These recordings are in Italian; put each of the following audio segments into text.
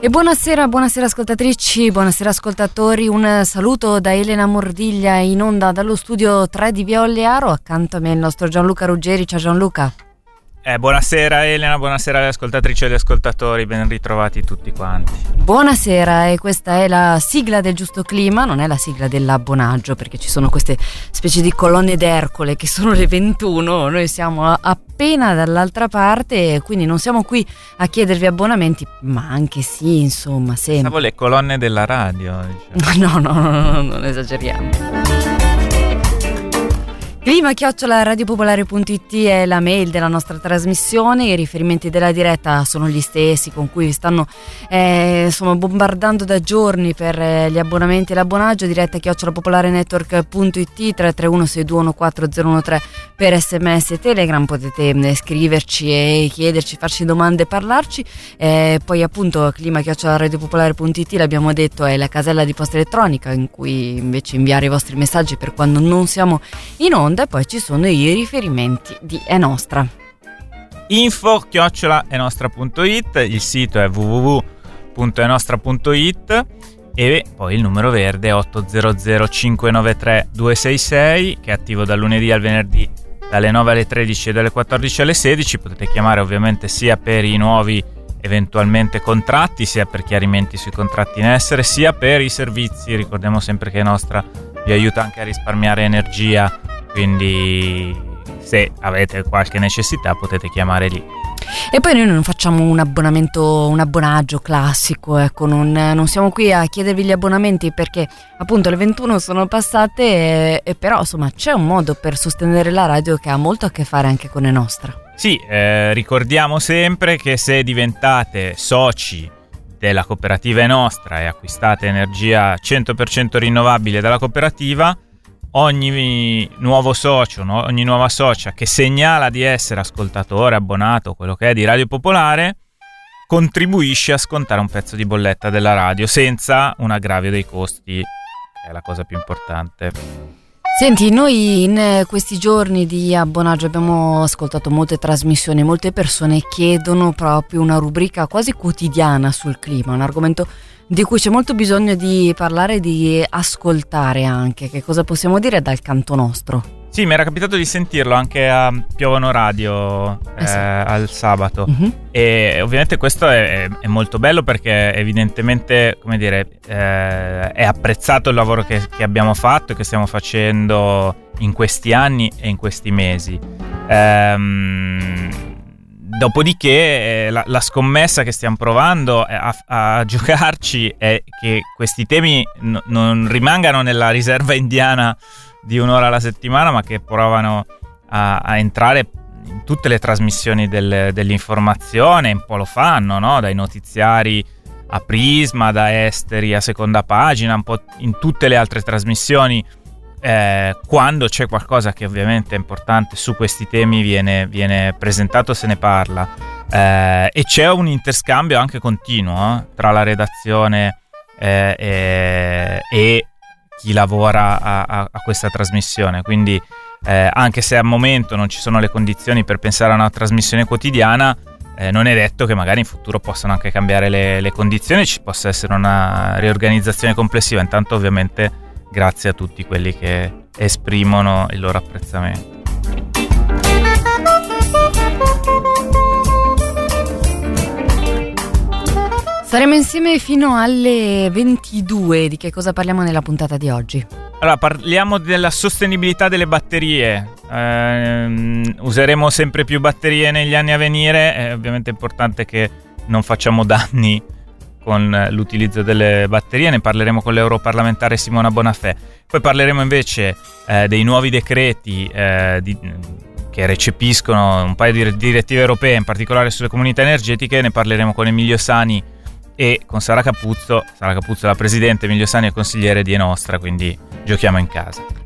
E buonasera ascoltatrici, buonasera ascoltatori, un saluto da Elena Mordiglia in onda dallo studio 3 di Via Ollearo, accanto a me il nostro Gianluca Ruggeri. Ciao Gianluca. Buonasera Elena, buonasera alle ascoltatrici e agli ascoltatori, ben ritrovati tutti quanti. Buonasera, e questa è la sigla del giusto clima, non è la sigla dell'abbonaggio, perché ci sono queste specie di colonne d'Ercole che sono le 21, noi siamo appena dall'altra parte, quindi non siamo qui a chiedervi abbonamenti, ma anche sì, insomma, sempre. Pensavo le colonne della radio, diciamo. No, non esageriamo. Clima@radiopopolare.it è la mail della nostra trasmissione. I riferimenti della diretta sono gli stessi con cui vi stanno bombardando da giorni per gli abbonamenti e l'abbonaggio. Diretta @popolarenetwork.it, 331-621-4013 per SMS e Telegram. Potete scriverci e chiederci, farci domande e parlarci. Poi appunto clima@radiopopolare.it, l'abbiamo detto, è la casella di posta elettronica in cui invece inviare i vostri messaggi per quando non siamo in onda. E poi ci sono i riferimenti di Enostra. info@enostra.it, il sito è www.enostra.it e poi il numero verde è 800 593 266 che è attivo dal lunedì al venerdì dalle 9 alle 13 e dalle 14 alle 16. Potete chiamare ovviamente sia per i nuovi eventualmente contratti, sia per chiarimenti sui contratti in essere, sia per i servizi. Ricordiamo sempre che Enostra vi aiuta anche a risparmiare energia, quindi se avete qualche necessità potete chiamare lì. E poi noi non facciamo un abbonaggio classico, ecco, non siamo qui a chiedervi gli abbonamenti perché appunto le 21 sono passate e però insomma c'è un modo per sostenere la radio che ha molto a che fare anche con Enostra. Sì, ricordiamo sempre che se diventate soci della cooperativa Enostra e acquistate energia 100% rinnovabile dalla cooperativa, ogni nuovo socio, ogni nuova socia che segnala di essere ascoltatore, abbonato, quello che è di Radio Popolare, contribuisce a scontare un pezzo di bolletta della radio senza un aggravio dei costi, che è la cosa più importante. Senti, noi in questi giorni di abbonaggio abbiamo ascoltato molte trasmissioni, molte persone chiedono proprio una rubrica quasi quotidiana sul clima, un argomento di cui c'è molto bisogno di parlare e di ascoltare anche. Che cosa possiamo dire dal canto nostro? Sì, mi era capitato di sentirlo anche a Piovono Radio sì. Al sabato. Uh-huh. E ovviamente questo è molto bello perché evidentemente, come dire, è apprezzato il lavoro che abbiamo fatto e che stiamo facendo in questi anni e in questi mesi. Dopodiché la scommessa che stiamo provando a giocarci è che questi temi non rimangano nella riserva indiana di un'ora alla settimana, ma che provano a entrare in tutte le trasmissioni dell'informazione. Un po' lo fanno, no? Dai notiziari a Prisma, da Esteri a Seconda Pagina, un po' in tutte le altre trasmissioni. Quando c'è qualcosa che ovviamente è importante su questi temi viene presentato, se ne parla, e c'è un interscambio anche continuo tra la redazione e chi lavora a questa trasmissione, quindi anche se al momento non ci sono le condizioni per pensare a una trasmissione quotidiana, non è detto che magari in futuro possano anche cambiare le condizioni, ci possa essere una riorganizzazione complessiva. Intanto ovviamente grazie a tutti quelli che esprimono il loro apprezzamento. Saremo insieme fino alle 22. Di che cosa parliamo nella puntata di oggi? Allora, parliamo della sostenibilità delle batterie. Useremo sempre più batterie negli anni a venire. È ovviamente importante che non facciamo danni con l'utilizzo delle batterie. Ne parleremo con l'europarlamentare Simona Bonafè. Poi parleremo invece dei nuovi decreti che recepiscono un paio di direttive europee, in particolare sulle comunità energetiche. Ne parleremo con Emilio Sani e con Sara Capuzzo. Sara Capuzzo è la presidente, Emilio Sani è consigliere di Enostra, quindi giochiamo in casa.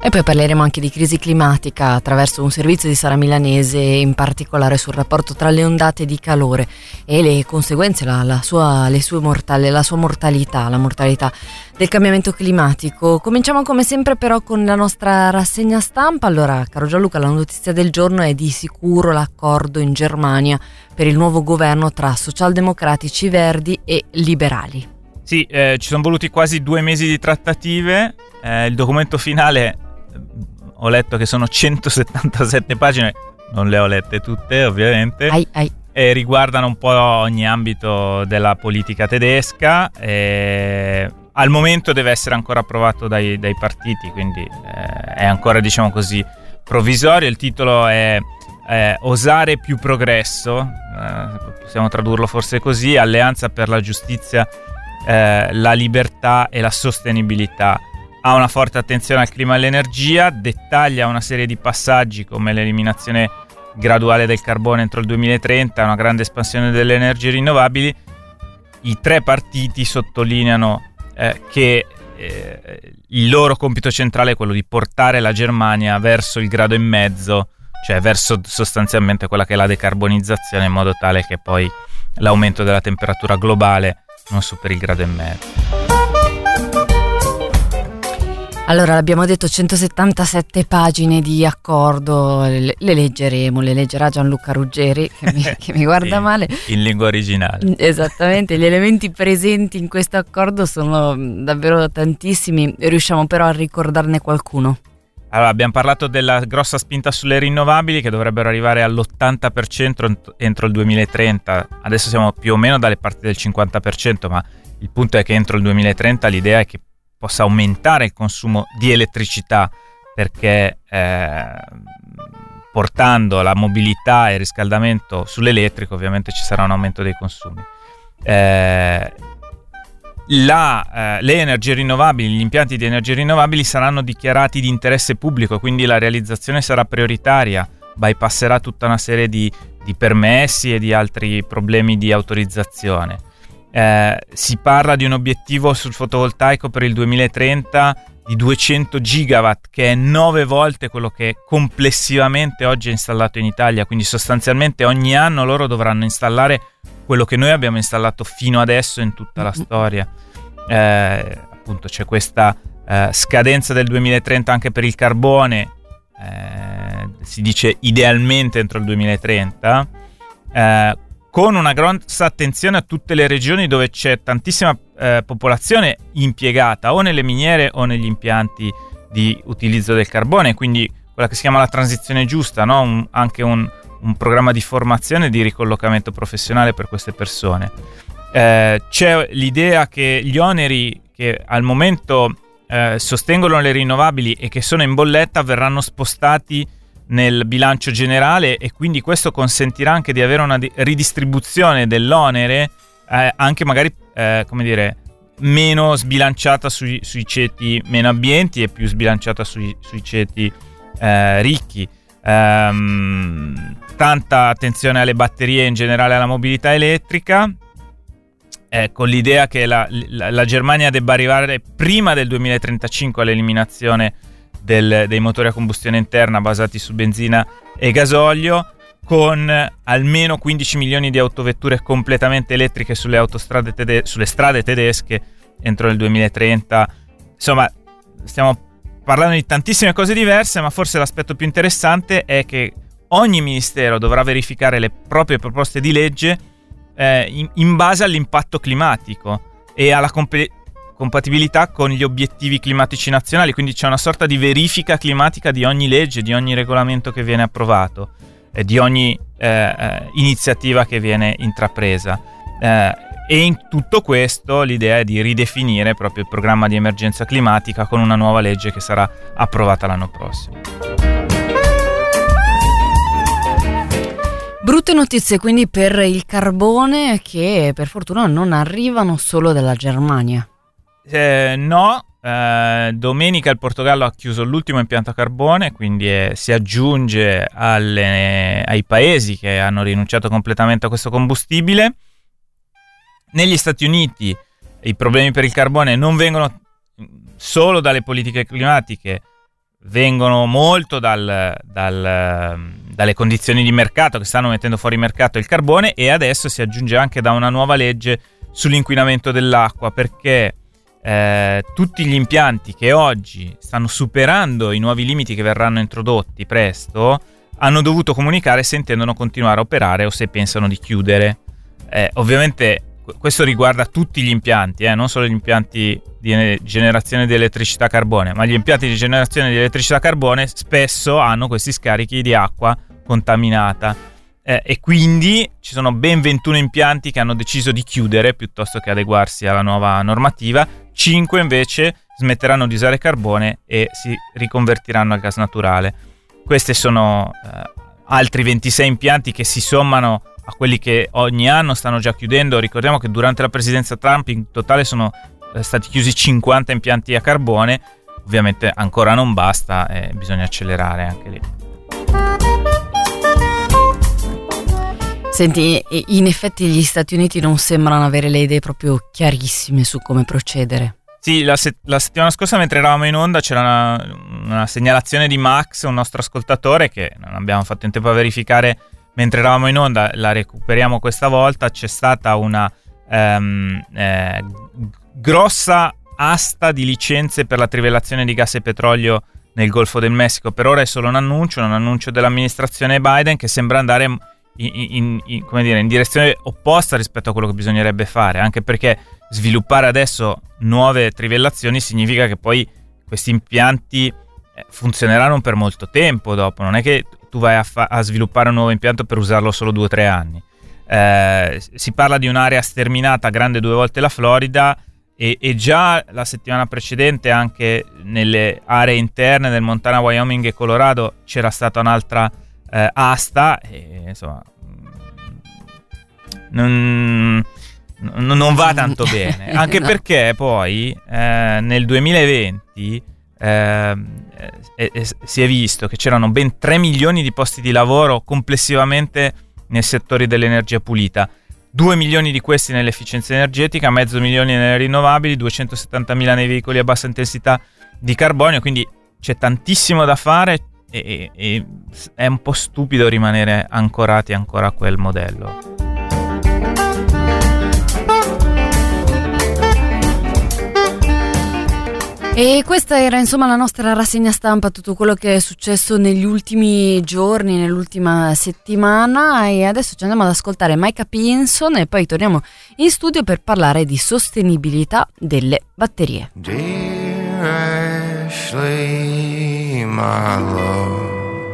E poi parleremo anche di crisi climatica attraverso un servizio di Sara Milanese, in particolare sul rapporto tra le ondate di calore e le conseguenze, la sua mortalità, la mortalità del cambiamento climatico. Cominciamo come sempre però con la nostra rassegna stampa. Allora, caro Gianluca, la notizia del giorno è di sicuro l'accordo in Germania per il nuovo governo tra socialdemocratici, verdi e liberali. Sì, ci sono voluti quasi 2 mesi di trattative. Il documento finale, ho letto che sono 177 pagine, non le ho lette tutte ovviamente, e riguardano un po' ogni ambito della politica tedesca. Al momento deve essere ancora approvato dai partiti, quindi è ancora, diciamo così, provvisorio. Il titolo è Osare più progresso, possiamo tradurlo forse così: Alleanza per la giustizia, la libertà e la sostenibilità. Ha una forte attenzione al clima e all'energia, dettaglia una serie di passaggi come l'eliminazione graduale del carbone entro il 2030 e una grande espansione delle energie rinnovabili. I 3 partiti sottolineano che il loro compito centrale è quello di portare la Germania verso il 1,5 gradi, cioè verso sostanzialmente quella che è la decarbonizzazione, in modo tale che poi l'aumento della temperatura globale non superi il 1,5 gradi. Allora, l'abbiamo detto, 177 pagine di accordo, le leggerà Gianluca Ruggeri, che mi guarda male. In lingua originale. Esattamente, gli elementi presenti in questo accordo sono davvero tantissimi, riusciamo però a ricordarne qualcuno. Allora, abbiamo parlato della grossa spinta sulle rinnovabili, che dovrebbero arrivare all'80% entro il 2030. Adesso siamo più o meno dalle parti del 50%, ma il punto è che entro il 2030 l'idea è che possa aumentare il consumo di elettricità, perché portando la mobilità e il riscaldamento sull'elettrico ovviamente ci sarà un aumento dei consumi. Le energie rinnovabili, gli impianti di energie rinnovabili saranno dichiarati di interesse pubblico, quindi la realizzazione sarà prioritaria, bypasserà tutta una serie di permessi e di altri problemi di autorizzazione. Si parla di un obiettivo sul fotovoltaico per il 2030 di 200 gigawatt, che è 9 volte quello che complessivamente oggi è installato in Italia, quindi sostanzialmente ogni anno loro dovranno installare quello che noi abbiamo installato fino adesso in tutta la storia. Appunto c'è questa scadenza del 2030 anche per il carbone, si dice idealmente entro il 2030, con una grossa attenzione a tutte le regioni dove c'è tantissima popolazione impiegata o nelle miniere o negli impianti di utilizzo del carbone, quindi quella che si chiama la transizione giusta, no? Anche un programma di formazione e di ricollocamento professionale per queste persone. C'è l'idea che gli oneri che al momento sostengono le rinnovabili e che sono in bolletta verranno spostati nel bilancio generale, e quindi questo consentirà anche di avere una ridistribuzione dell'onere, anche magari meno sbilanciata sui ceti meno abbienti e più sbilanciata sui ceti ricchi. Tanta attenzione alle batterie e in generale alla mobilità elettrica, con l'idea che la Germania debba arrivare prima del 2035 all'eliminazione dei motori a combustione interna basati su benzina e gasolio, con almeno 15 milioni di autovetture completamente elettriche sulle strade tedesche entro il 2030. Insomma, stiamo parlando di tantissime cose diverse, ma forse l'aspetto più interessante è che ogni ministero dovrà verificare le proprie proposte di legge in base all'impatto climatico e alla compatibilità con gli obiettivi climatici nazionali, quindi c'è una sorta di verifica climatica di ogni legge, di ogni regolamento che viene approvato, di ogni iniziativa che viene intrapresa, e in tutto questo l'idea è di ridefinire proprio il programma di emergenza climatica con una nuova legge che sarà approvata l'anno prossimo. Brutte notizie quindi per il carbone, che per fortuna non arrivano solo dalla Germania. No, domenica il Portogallo ha chiuso l'ultimo impianto a carbone, quindi si aggiunge ai paesi che hanno rinunciato completamente a questo combustibile. Negli Stati Uniti i problemi per il carbone non vengono solo dalle politiche climatiche, vengono molto dalle condizioni di mercato che stanno mettendo fuori mercato il carbone, e adesso si aggiunge anche da una nuova legge sull'inquinamento dell'acqua, perché tutti gli impianti che oggi stanno superando i nuovi limiti che verranno introdotti presto hanno dovuto comunicare se intendono continuare a operare o se pensano di chiudere. Ovviamente questo riguarda tutti gli impianti, non solo gli impianti di generazione di elettricità a carbone, ma gli impianti di generazione di elettricità a carbone spesso hanno questi scarichi di acqua contaminata, e quindi ci sono ben 21 impianti che hanno deciso di chiudere piuttosto che adeguarsi alla nuova normativa. 5 invece smetteranno di usare carbone e si riconvertiranno al gas naturale. Questi sono altri 26 impianti che si sommano a quelli che ogni anno stanno già chiudendo. Ricordiamo che durante la presidenza Trump in totale sono stati chiusi 50 impianti a carbone. Ovviamente ancora non basta, bisogna accelerare anche lì. Senti, in effetti gli Stati Uniti non sembrano avere le idee proprio chiarissime su come procedere. Sì, la settimana scorsa mentre eravamo in onda c'era una segnalazione di Max, un nostro ascoltatore, che non abbiamo fatto in tempo a verificare mentre eravamo in onda, la recuperiamo questa volta. C'è stata una grossa asta di licenze per la trivellazione di gas e petrolio nel Golfo del Messico. Per ora è solo un annuncio dell'amministrazione Biden che sembra andare in direzione opposta rispetto a quello che bisognerebbe fare, anche perché sviluppare adesso nuove trivellazioni significa che poi questi impianti funzioneranno per molto tempo dopo. Non è che tu vai a sviluppare un nuovo impianto per usarlo solo 2 o 3 anni. Si parla di un'area sterminata grande 2 volte la Florida, e già la settimana precedente anche nelle aree interne del Montana, Wyoming e Colorado c'era stata un'altra asta, e insomma non va tanto bene, anche perché poi nel 2020 si è visto che c'erano ben 3 milioni di posti di lavoro complessivamente nei settori dell'energia pulita, 2 milioni di questi nell'efficienza energetica, 500.000 nelle rinnovabili, 270.000 nei veicoli a bassa intensità di carbonio. Quindi c'è tantissimo da fare e è un po' stupido rimanere ancorati ancora a quel modello. E questa era insomma la nostra rassegna stampa, tutto quello che è successo negli ultimi giorni, nell'ultima settimana, e adesso ci andiamo ad ascoltare Micah Pinson e poi torniamo in studio per parlare di sostenibilità delle batterie. Dear Ashley, my love,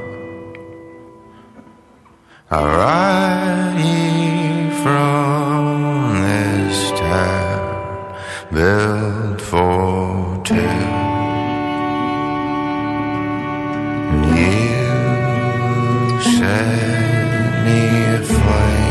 I write you from this town built for two, and you set me aflame.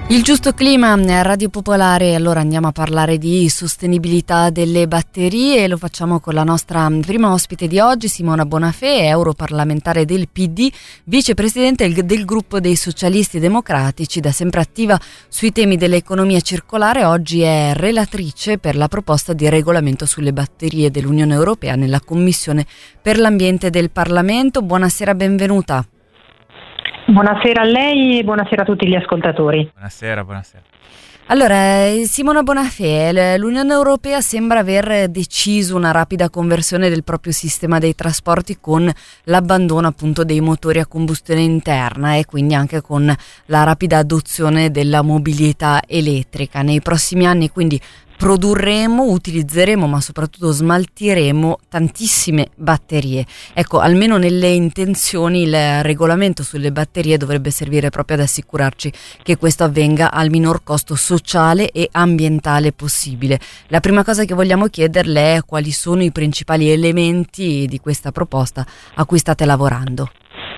Il giusto clima a Radio Popolare, allora andiamo a parlare di sostenibilità delle batterie e lo facciamo con la nostra prima ospite di oggi, Simona Bonafè, europarlamentare del PD, vicepresidente del gruppo dei socialisti democratici, da sempre attiva sui temi dell'economia circolare. Oggi è relatrice per la proposta di regolamento sulle batterie dell'Unione Europea nella Commissione per l'Ambiente del Parlamento. Buonasera, benvenuta. Buonasera a lei e buonasera a tutti gli ascoltatori. Buonasera. Allora, Simona Bonafè, l'Unione Europea sembra aver deciso una rapida conversione del proprio sistema dei trasporti con l'abbandono appunto dei motori a combustione interna e quindi anche con la rapida adozione della mobilità elettrica. Nei prossimi anni quindi produrremo, utilizzeremo ma soprattutto smaltiremo tantissime batterie. Ecco, almeno nelle intenzioni il regolamento sulle batterie dovrebbe servire proprio ad assicurarci che questo avvenga al minor costo sociale e ambientale possibile. La prima cosa che vogliamo chiederle è quali sono i principali elementi di questa proposta a cui state lavorando.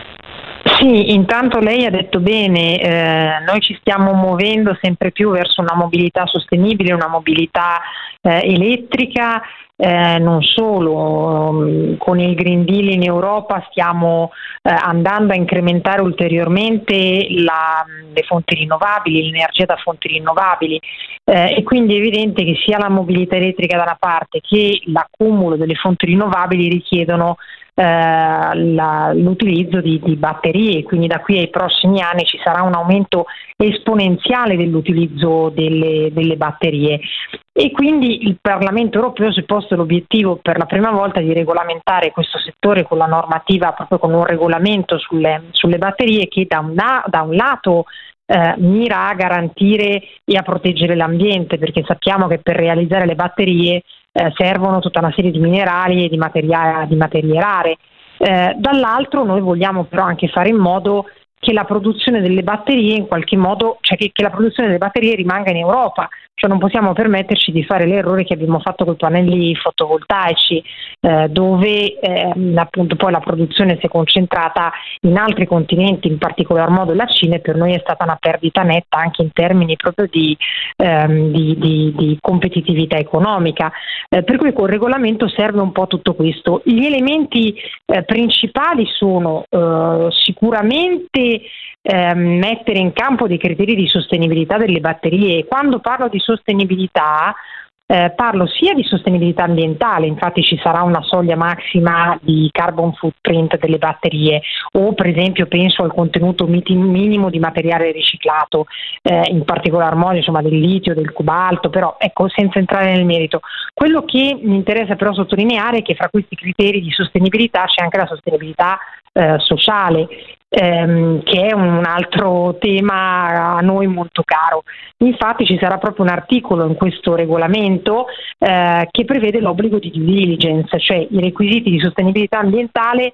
Sì, intanto lei ha detto bene, noi ci stiamo muovendo sempre più verso una mobilità sostenibile, una mobilità elettrica, non solo, con il Green Deal in Europa stiamo andando a incrementare ulteriormente le fonti rinnovabili, l'energia da fonti rinnovabili e quindi è evidente che sia la mobilità elettrica da una parte che l'accumulo delle fonti rinnovabili richiedono l'utilizzo di batterie, quindi da qui ai prossimi anni ci sarà un aumento esponenziale dell'utilizzo delle batterie e quindi il Parlamento europeo si è posto l'obiettivo per la prima volta di regolamentare questo settore con la normativa, proprio con un regolamento sulle batterie che da un lato mira a garantire e a proteggere l'ambiente, perché sappiamo che per realizzare le batterie servono tutta una serie di minerali e di materie rare. Dall'altro noi vogliamo però anche fare in modo che la produzione delle batterie in qualche modo, cioè che la produzione delle batterie rimanga in Europa, cioè non possiamo permetterci di fare l'errore che abbiamo fatto con i pannelli fotovoltaici, dove appunto poi la produzione si è concentrata in altri continenti, in particolar modo la Cina, e per noi è stata una perdita netta anche in termini proprio di competitività economica. Per cui col regolamento serve un po' tutto questo. Gli elementi principali sono sicuramente mettere in campo dei criteri di sostenibilità delle batterie. Quando parlo di sostenibilità parlo sia di sostenibilità ambientale, infatti ci sarà una soglia massima di carbon footprint delle batterie, o per esempio penso al contenuto minimo di materiale riciclato, in particolar modo insomma del litio, del cobalto, però ecco, senza entrare nel merito. Quello che mi interessa però sottolineare è che fra questi criteri di sostenibilità c'è anche la sostenibilità sociale, che è un altro tema a noi molto caro. Infatti ci sarà proprio un articolo in questo regolamento che prevede l'obbligo di due diligence, cioè i requisiti di sostenibilità ambientale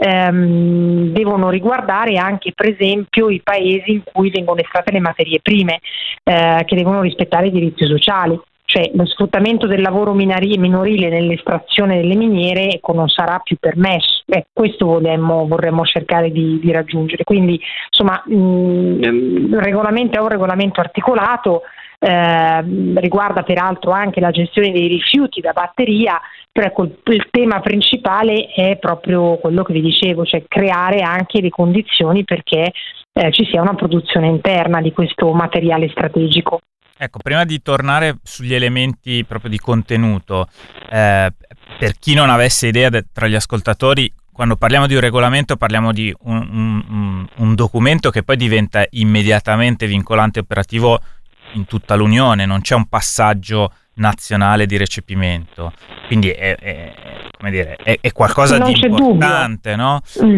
devono riguardare anche per esempio i paesi in cui vengono estratte le materie prime, che devono rispettare i diritti sociali. Cioè lo sfruttamento del lavoro minorile nell'estrazione delle miniere non sarà più permesso. Questo vorremmo cercare di raggiungere. Quindi insomma il regolamento è un regolamento articolato, riguarda peraltro anche la gestione dei rifiuti da batteria, però ecco, il tema principale è proprio quello che vi dicevo, cioè creare anche le condizioni perché ci sia una produzione interna di questo materiale strategico. Ecco, prima di tornare sugli elementi proprio di contenuto, per chi non avesse idea tra gli ascoltatori, quando parliamo di un regolamento parliamo di un documento che poi diventa immediatamente vincolante e operativo in tutta l'Unione, non c'è un passaggio nazionale di recepimento, quindi è qualcosa di importante, no?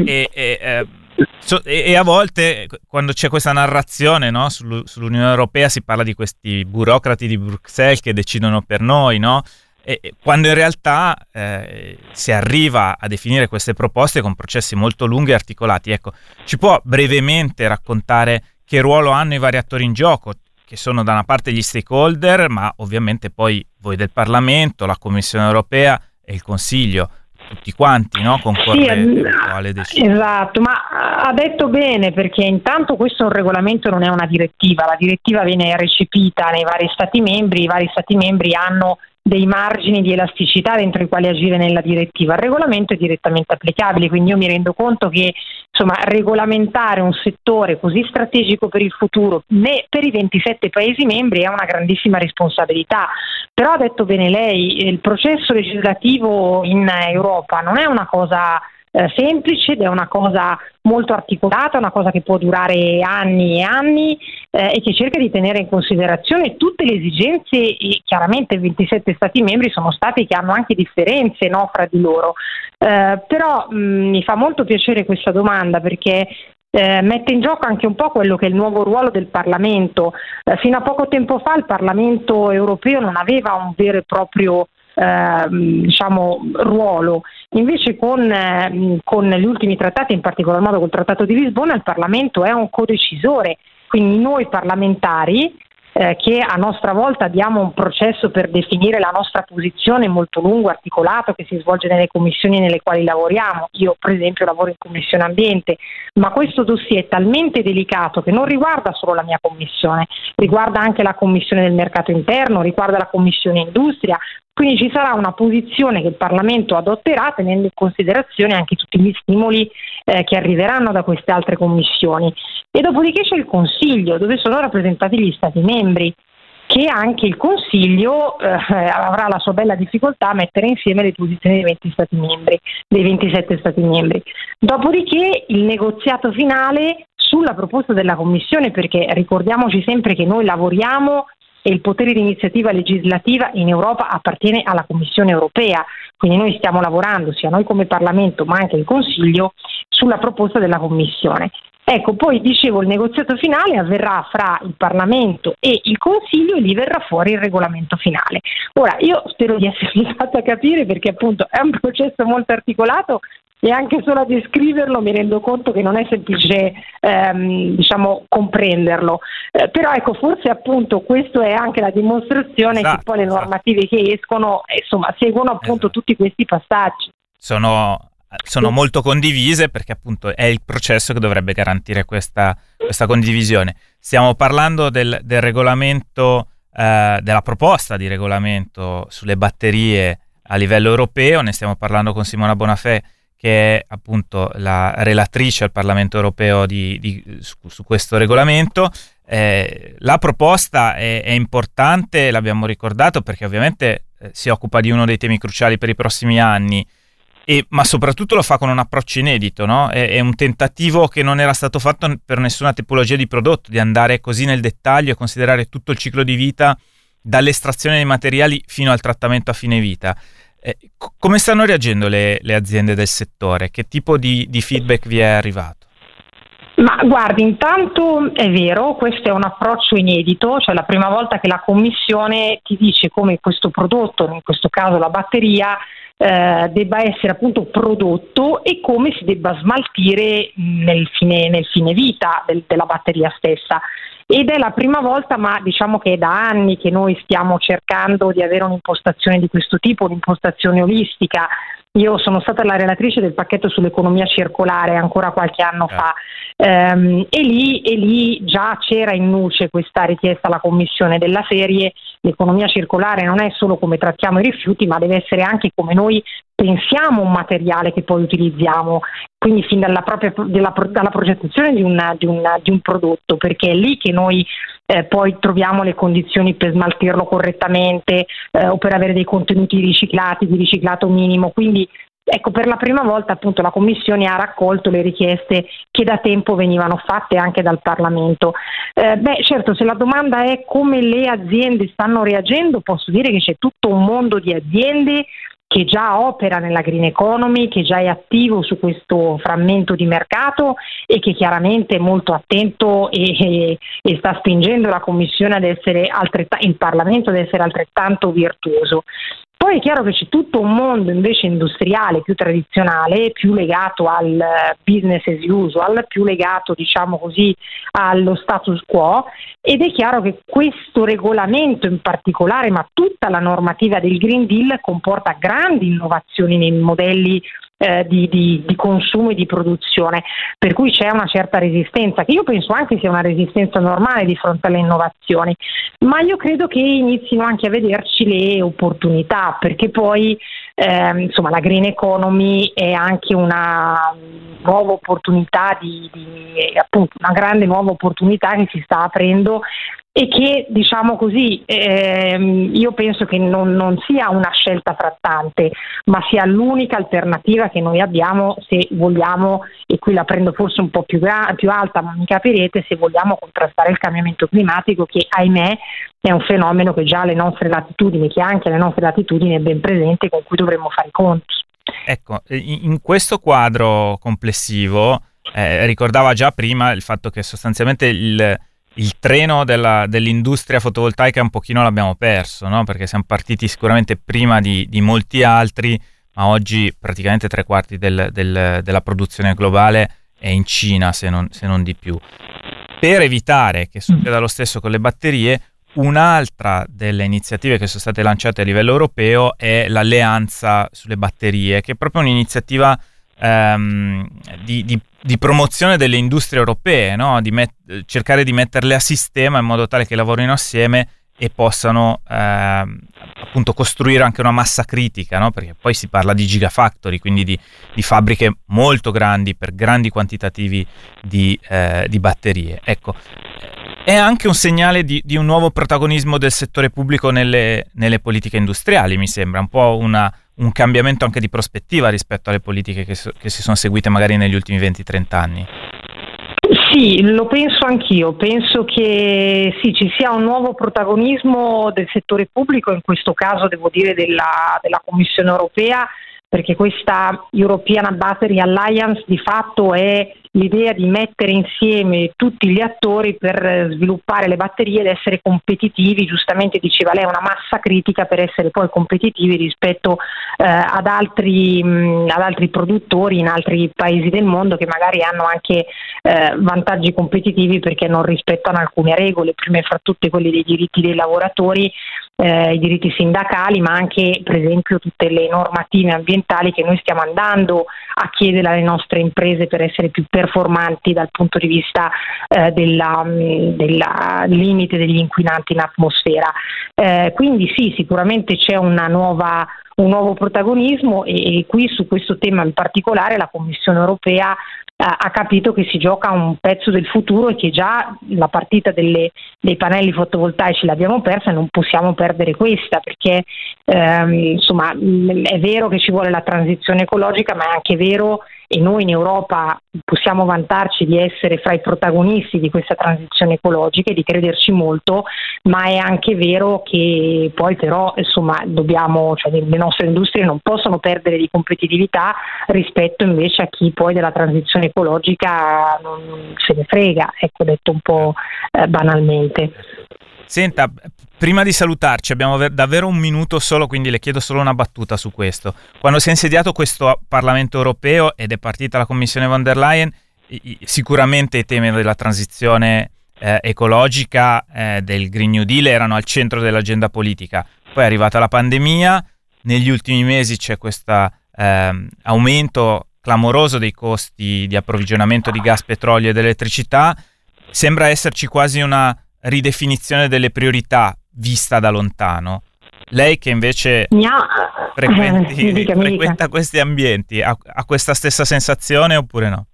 E a volte quando c'è questa narrazione, no, sull'Unione Europea si parla di questi burocrati di Bruxelles che decidono per noi, no? E quando in realtà si arriva a definire queste proposte con processi molto lunghi e articolati. Ecco, ci può brevemente raccontare che ruolo hanno i vari attori in gioco, che sono da una parte gli stakeholder, ma ovviamente poi voi del Parlamento, la Commissione Europea e il Consiglio. tutti quanti, no? Concorre sì, esatto, ma ha detto bene, perché intanto questo è un regolamento, non è una direttiva. La direttiva viene recepita nei vari Stati membri, i vari Stati membri hanno dei margini di elasticità dentro i quali agire nella direttiva. Il regolamento è direttamente applicabile, quindi io mi rendo conto che regolamentare un settore così strategico per il futuro per i 27 Paesi membri è una grandissima responsabilità. Però ha detto bene lei, il processo legislativo in Europa non è una cosa semplice ed è una cosa molto articolata, una cosa che può durare anni e anni e che cerca di tenere in considerazione tutte le esigenze, e chiaramente 27 Stati membri sono stati che hanno anche differenze, no, fra di loro. Però mi fa molto piacere questa domanda, perché mette in gioco anche un po' quello che è il nuovo ruolo del Parlamento. Fino a poco tempo fa il Parlamento europeo non aveva un vero e proprio ruolo. Invece con gli ultimi trattati, in particolar modo col Trattato di Lisbona, il Parlamento è un codecisore, quindi noi parlamentari che a nostra volta diamo un processo per definire la nostra posizione molto lungo, articolato, che si svolge nelle commissioni nelle quali lavoriamo. Io per esempio lavoro in Commissione Ambiente, ma questo dossier è talmente delicato che non riguarda solo la mia commissione, riguarda anche la Commissione del Mercato Interno, riguarda la Commissione Industria. Quindi ci sarà una posizione che il Parlamento adotterà tenendo in considerazione anche tutti gli stimoli che arriveranno da queste altre commissioni. E dopodiché c'è il Consiglio, dove sono rappresentati gli Stati membri, che anche il Consiglio avrà la sua bella difficoltà a mettere insieme le posizioni dei 27 Stati membri. Dopodiché il negoziato finale sulla proposta della Commissione, perché ricordiamoci sempre che noi lavoriamo e il potere di iniziativa legislativa in Europa appartiene alla Commissione europea, quindi noi stiamo lavorando, sia noi come Parlamento ma anche il Consiglio, sulla proposta della Commissione. Ecco, poi dicevo, il negoziato finale avverrà fra il Parlamento e il Consiglio e lì verrà fuori il regolamento finale. Ora, io spero di essermi fatta capire, perché appunto è un processo molto articolato e anche solo a descriverlo mi rendo conto che non è semplice comprenderlo, però ecco, forse appunto questo è anche la dimostrazione che poi le normative che escono seguono appunto tutti questi passaggi. Sono molto condivise, perché appunto è il processo che dovrebbe garantire questa condivisione. Stiamo parlando del regolamento, della proposta di regolamento sulle batterie a livello europeo. Ne stiamo parlando con Simona Bonafè, che è appunto la relatrice al Parlamento europeo su questo regolamento. La proposta è importante, l'abbiamo ricordato, perché ovviamente si occupa di uno dei temi cruciali per i prossimi anni, ma soprattutto lo fa con un approccio inedito, no? È un tentativo che non era stato fatto per nessuna tipologia di prodotto, di andare così nel dettaglio e considerare tutto il ciclo di vita, dall'estrazione dei materiali fino al trattamento a fine vita. Come stanno reagendo le aziende del settore? Che tipo di feedback vi è arrivato? Ma guardi, intanto è vero, questo è un approccio inedito, cioè la prima volta che la Commissione ti dice come questo prodotto, in questo caso la batteria, debba essere appunto prodotto e come si debba smaltire nel fine vita della batteria stessa. Ed è la prima volta, ma diciamo che è da anni che noi stiamo cercando di avere un'impostazione di questo tipo, un'impostazione olistica. Io sono stata la relatrice del pacchetto sull'economia circolare ancora qualche anno fa e lì già c'era in nuce questa richiesta alla Commissione, della serie: l'economia circolare non è solo come trattiamo i rifiuti, ma deve essere anche come noi pensiamo un materiale che poi utilizziamo, quindi fin dalla progettazione di un prodotto, perché è lì che noi poi troviamo le condizioni per smaltirlo correttamente o per avere dei contenuti riciclati, di riciclato minimo. Quindi ecco, per la prima volta appunto la Commissione ha raccolto le richieste che da tempo venivano fatte anche dal Parlamento. Certo, se la domanda è come le aziende stanno reagendo, posso dire che c'è tutto un mondo di aziende che già opera nella green economy, che già è attivo su questo frammento di mercato e che chiaramente è molto attento e sta spingendo la Commissione ad essere il Parlamento ad essere altrettanto virtuoso. Poi è chiaro che c'è tutto un mondo invece industriale più tradizionale, più legato al business as usual, più legato, diciamo così, allo status quo, ed è chiaro che questo regolamento in particolare, ma tutta la normativa del Green Deal, comporta grandi innovazioni nei modelli di consumo e di produzione, per cui c'è una certa resistenza, che io penso anche sia una resistenza normale di fronte alle innovazioni, ma io credo che inizino anche a vederci le opportunità, perché poi insomma la green economy è anche una nuova opportunità appunto una grande nuova opportunità che si sta aprendo e che, diciamo così, io penso che non sia una scelta fra tante, ma sia l'unica alternativa che noi abbiamo se vogliamo, e qui la prendo forse un po' più alta, ma mi capirete, se vogliamo contrastare il cambiamento climatico, che ahimè è un fenomeno che già alle nostre latitudini, che anche alle nostre latitudini è ben presente, con cui dovremmo fare i conti. Ecco, in questo quadro complessivo, ricordava già prima il fatto che sostanzialmente il treno dell'industria fotovoltaica un pochino l'abbiamo perso, no? Perché siamo partiti sicuramente prima di molti altri, ma oggi praticamente 3/4 della produzione globale è in Cina, se non di più. Per evitare che succeda lo stesso con le batterie, un'altra delle iniziative che sono state lanciate a livello europeo è l'Alleanza sulle batterie, che è proprio un'iniziativa di promozione delle industrie europee, no? Cercare di metterle a sistema in modo tale che lavorino assieme e possano appunto costruire anche una massa critica, no? Perché poi si parla di gigafactory, quindi di fabbriche molto grandi per grandi quantitativi di batterie. Ecco, è anche un segnale di un nuovo protagonismo del settore pubblico nelle politiche industriali, mi sembra, un po' un cambiamento anche di prospettiva rispetto alle politiche che si sono seguite magari negli ultimi 20-30 anni. Sì, lo penso anch'io, penso che sì, ci sia un nuovo protagonismo del settore pubblico, in questo caso devo dire della Commissione europea, perché questa European Battery Alliance di fatto è l'idea di mettere insieme tutti gli attori per sviluppare le batterie ed essere competitivi. Giustamente diceva lei, una massa critica per essere poi competitivi rispetto ad altri produttori in altri paesi del mondo, che magari hanno anche vantaggi competitivi perché non rispettano alcune regole, prima fra tutte quelli dei diritti dei lavoratori, i diritti sindacali, ma anche per esempio tutte le normative ambientali che noi stiamo andando a chiedere alle nostre imprese per essere più performanti dal punto di vista del limite degli inquinanti in atmosfera. Quindi sì, sicuramente c'è un nuovo protagonismo, e qui su questo tema in particolare la Commissione europea ha capito che si gioca un pezzo del futuro e che già la partita dei pannelli fotovoltaici l'abbiamo persa, e non possiamo perdere questa, perché insomma è vero che ci vuole la transizione ecologica, ma è anche vero, e noi in Europa possiamo vantarci di essere fra i protagonisti di questa transizione ecologica e di crederci molto, ma è anche vero che poi però insomma le nostre industrie non possono perdere di competitività rispetto invece a chi poi della transizione ecologica non se ne frega, ecco, detto un po' banalmente. Senta, prima di salutarci abbiamo davvero un minuto solo, quindi le chiedo solo una battuta su questo. Quando si è insediato questo Parlamento europeo ed è partita la Commissione von der Leyen, sicuramente i temi della transizione ecologica, del Green New Deal erano al centro dell'agenda politica. Poi è arrivata la pandemia, negli ultimi mesi c'è questo aumento clamoroso dei costi di approvvigionamento di gas, petrolio ed elettricità. Sembra esserci quasi una ridefinizione delle priorità vista da lontano. Lei che invece frequenta questi ambienti, ha questa stessa sensazione oppure no?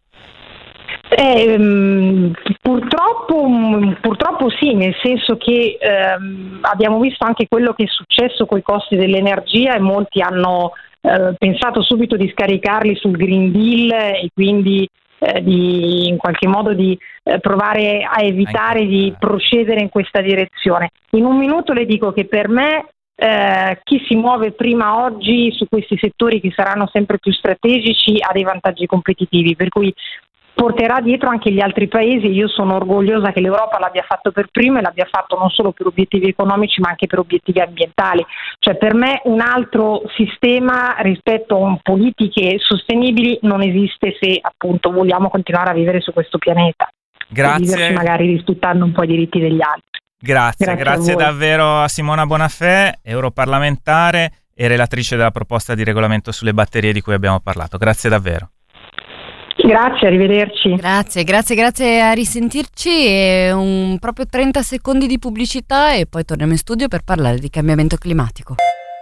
Purtroppo sì, nel senso che abbiamo visto anche quello che è successo con i costi dell'energia, e molti hanno pensato subito di scaricarli sul Green Deal, e quindi in qualche modo di provare a evitare di procedere in questa direzione. In un minuto le dico che per me chi si muove prima oggi su questi settori che saranno sempre più strategici ha dei vantaggi competitivi, per cui porterà dietro anche gli altri paesi. Io sono orgogliosa che l'Europa l'abbia fatto per prima e l'abbia fatto non solo per obiettivi economici ma anche per obiettivi ambientali. Cioè per me un altro sistema rispetto a politiche sostenibili non esiste se appunto vogliamo continuare a vivere su questo pianeta. Grazie. Magari rispettando un po' i diritti degli altri. Grazie davvero a Simona Bonafè, europarlamentare e relatrice della proposta di regolamento sulle batterie di cui abbiamo parlato. Grazie davvero. Grazie, arrivederci. Grazie, a risentirci, e proprio 30 secondi di pubblicità e poi torniamo in studio per parlare di cambiamento climatico.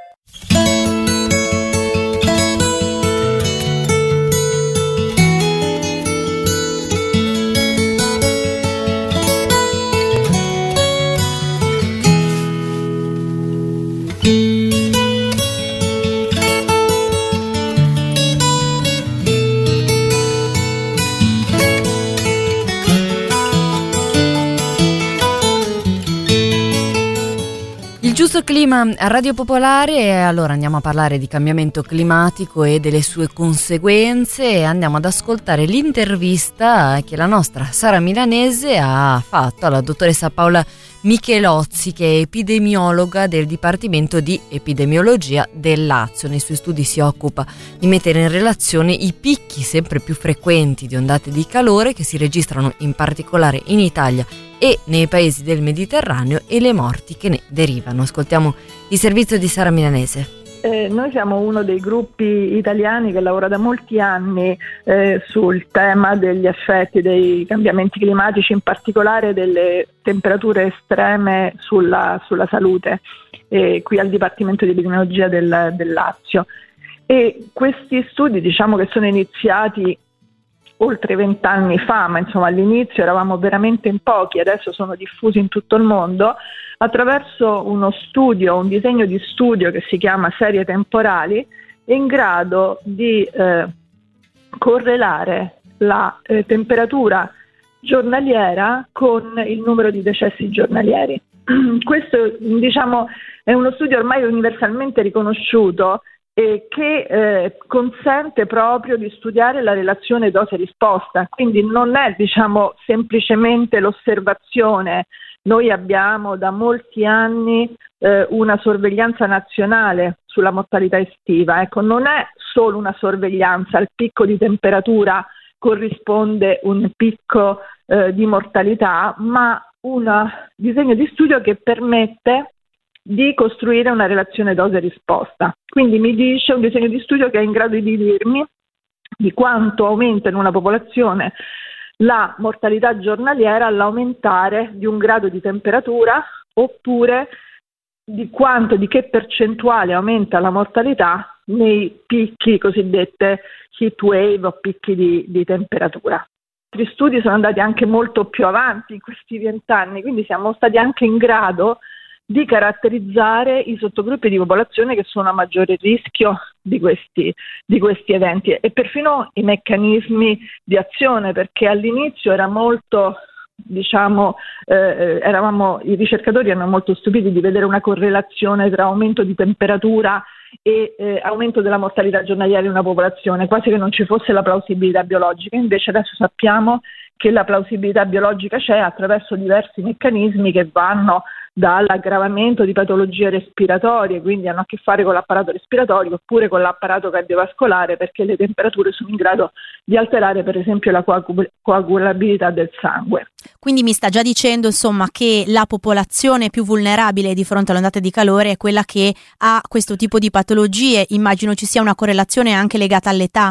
Giusto clima a Radio Popolare, e allora andiamo a parlare di cambiamento climatico e delle sue conseguenze, e andiamo ad ascoltare l'intervista che la nostra Sara Milanese ha fatto alla dottoressa Paola Michelozzi, che è epidemiologa del Dipartimento di Epidemiologia del Lazio. Nei suoi studi si occupa di mettere in relazione i picchi sempre più frequenti di ondate di calore che si registrano in particolare in Italia e nei paesi del Mediterraneo e le morti che ne derivano. Ascoltiamo il servizio di Sara Milanese. Noi siamo uno dei gruppi italiani che lavora da molti anni sul tema degli effetti dei cambiamenti climatici, in particolare delle temperature estreme sulla salute, qui al Dipartimento di Epidemiologia del Lazio. E questi studi, diciamo che sono iniziati oltre 20 anni fa, ma insomma all'inizio eravamo veramente in pochi, adesso sono diffusi in tutto il mondo, attraverso un disegno di studio che si chiama serie temporali, è in grado di correlare la temperatura giornaliera con il numero di decessi giornalieri. Questo, diciamo, è uno studio ormai universalmente riconosciuto che consente proprio di studiare la relazione dose-risposta, quindi non è, diciamo, semplicemente l'osservazione. Noi abbiamo da molti anni una sorveglianza nazionale sulla mortalità estiva, ecco, non è solo una sorveglianza, al picco di temperatura corrisponde un picco di mortalità, ma un disegno di studio che permette di costruire una relazione dose-risposta. Quindi mi dice un disegno di studio che è in grado di dirmi di quanto aumenta in una popolazione la mortalità giornaliera all'aumentare di un grado di temperatura, oppure di che percentuale aumenta la mortalità nei picchi cosiddette heat wave o picchi di temperatura. Altri studi sono andati anche molto più avanti in questi 20 anni, quindi siamo stati anche in grado di caratterizzare i sottogruppi di popolazione che sono a maggiore rischio di questi eventi, e perfino i meccanismi di azione, perché all'inizio era molto, diciamo, i ricercatori erano molto stupiti di vedere una correlazione tra aumento di temperatura e aumento della mortalità giornaliera in una popolazione, quasi che non ci fosse la plausibilità biologica. Invece adesso sappiamo che la plausibilità biologica c'è attraverso diversi meccanismi che vanno dall'aggravamento di patologie respiratorie, quindi hanno a che fare con l'apparato respiratorio oppure con l'apparato cardiovascolare, perché le temperature sono in grado di alterare per esempio la coagulabilità del sangue. Quindi mi sta già dicendo, insomma, che la popolazione più vulnerabile di fronte alle ondate di calore è quella che ha questo tipo di patologie. Immagino ci sia una correlazione anche legata all'età.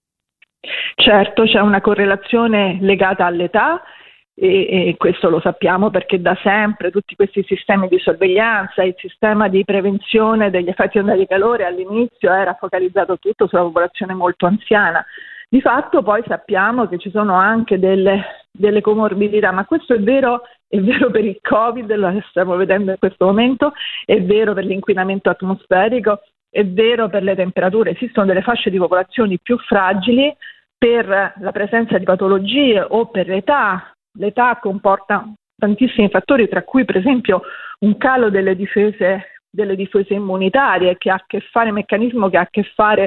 Certo, c'è una correlazione legata all'età, e questo lo sappiamo perché da sempre tutti questi sistemi di sorveglianza, il sistema di prevenzione degli effetti ondate di calore all'inizio era focalizzato tutto sulla popolazione molto anziana. Di fatto poi sappiamo che ci sono anche delle comorbidità, ma questo è vero per il Covid, lo stiamo vedendo in questo momento, è vero per l'inquinamento atmosferico, è vero per le temperature. Esistono delle fasce di popolazioni più fragili per la presenza di patologie o per l'età. L'età comporta tantissimi fattori, tra cui per esempio un calo delle difese immunitarie, che ha a che fare, meccanismo che ha a che fare